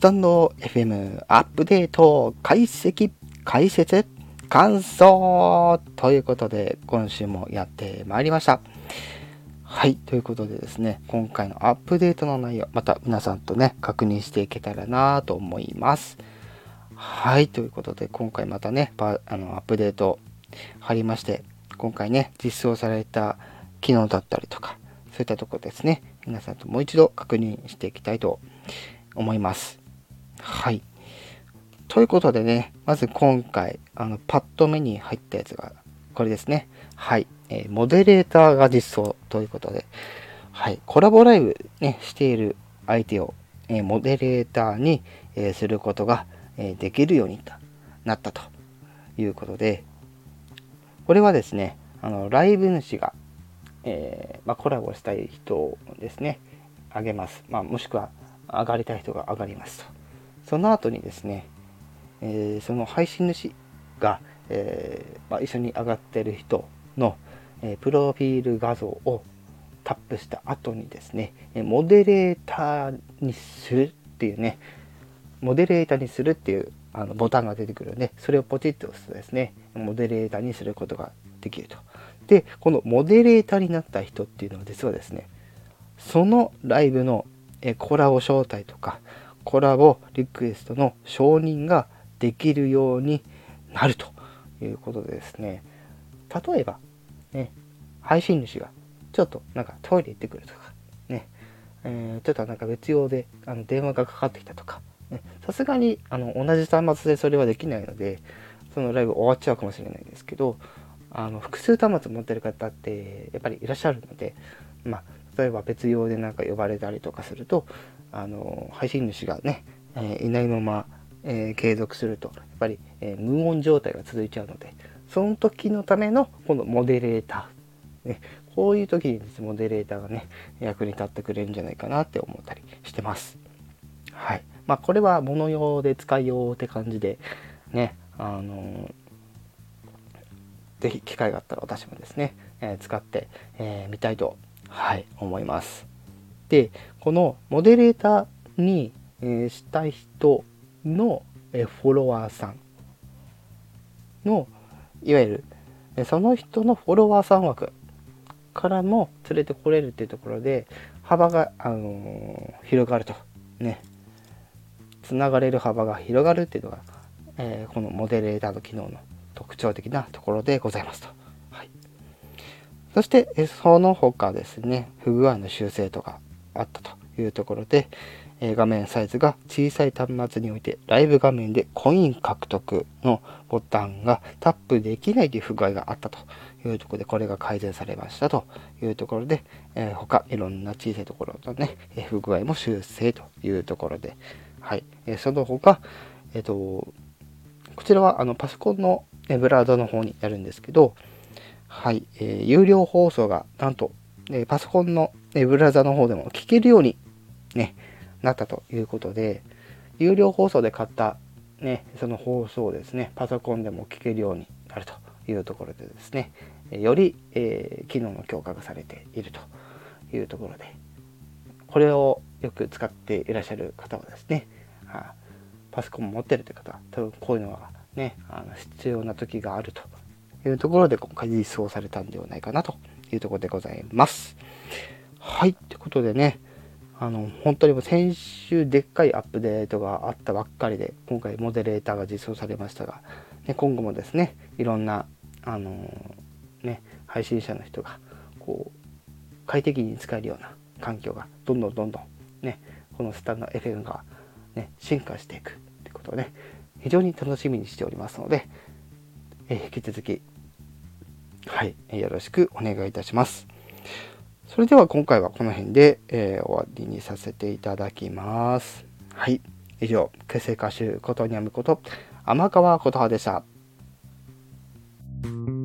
スタンド FM アップデート解析解説感想ということで今週もやってまいりました。はい、ということでですね、今回のアップデートの内容また皆さんとね確認していけたらなと思います。はい、ということで今回またねアップデート貼りまして、今回ね実装された機能だったりとかそういったところですね、皆さんともう一度確認していきたいと思います。はい。ということでね、まず今回パッと目に入ったやつがこれですね。はい。モデレーターが実装ということで、はい。コラボライブねしている相手を、モデレーターに、することが、できるようになったということで、これはですね、ライブ主が、コラボしたい人ですね、あげます。もしくは上がりたい人が上がりますと。その後にですね、その配信主が、一緒に上がってる人の、プロフィール画像をタップした後にですね、モデレーターにするっていうね、モデレーターにするっていうボタンが出てくるので、それをポチッと押すとですね、モデレーターにすることができると。で、このモデレーターになった人っていうのは実はですね、そのライブのコラボ招待とかコラボリクエストの承認ができるようになるということでですね、例えば、ね、配信主がちょっとなんかトイレ行ってくるとかね、ちょっとなんか別用で電話がかかってきたとか、さすがに同じ端末でそれはできないので、そのライブ終わっちゃうかもしれないんですけど、複数端末持ってる方ってやっぱりいらっしゃるので、例えば別用でなんか呼ばれたりとかすると、配信主がね、いないまま、継続するとやっぱり、無音状態が続いちゃうので、その時のためのこのモデレーター、ね、こういう時にですね、モデレーターがね役に立ってくれるんじゃないかなって思ったりしてます。はい。これは物用で使いようって感じでね、ぜひ機会があったら私もですね、使ってみたいと、はい、思います。で、このモデレーターに、したい人の、フォロワーさんのいわゆるその人のフォロワーさん枠からも連れてこれるっていうところで幅が、広がるとね、つながれる幅が広がるっていうのが、このモデレーターの機能の特徴的なところでございますと。はい、そしてその他ですね、不具合の修正とかあったというところで、画面サイズが小さい端末においてライブ画面でコイン獲得のボタンがタップできないという不具合があったというところで、これが改善されましたというところで、他いろんな小さいところのね、不具合も修正というところで、はい、その他、こちらはパソコンのブラウザの方になるんですけど、はい、有料放送がなんと、パソコンのブラウザの方でも聞けるように、ね、なったということで、有料放送で買った、ね、その放送をですね、パソコンでも聞けるようになるというところでですね、より、機能の強化がされているというところで、これをよく使っていらっしゃる方はですね、パソコンを持ってるという方は多分こういうのがね、必要な時があるというところで今回実装されたんではないかなというところでございます。はい、ということでね、本当にもう先週でっかいアップデートがあったばっかりで、今回モデレーターが実装されましたが、今後もですね、いろんな配信者の人がこう快適に使えるような環境がどんどんね、このスタンド FM がね進化していくってことをね、非常に楽しみにしておりますので、引き続きよろしくお願いいたします。それでは今回はこの辺で、終わりにさせていただきます。はい、以上、結成歌手ことにゃむこと天川琴葉でした。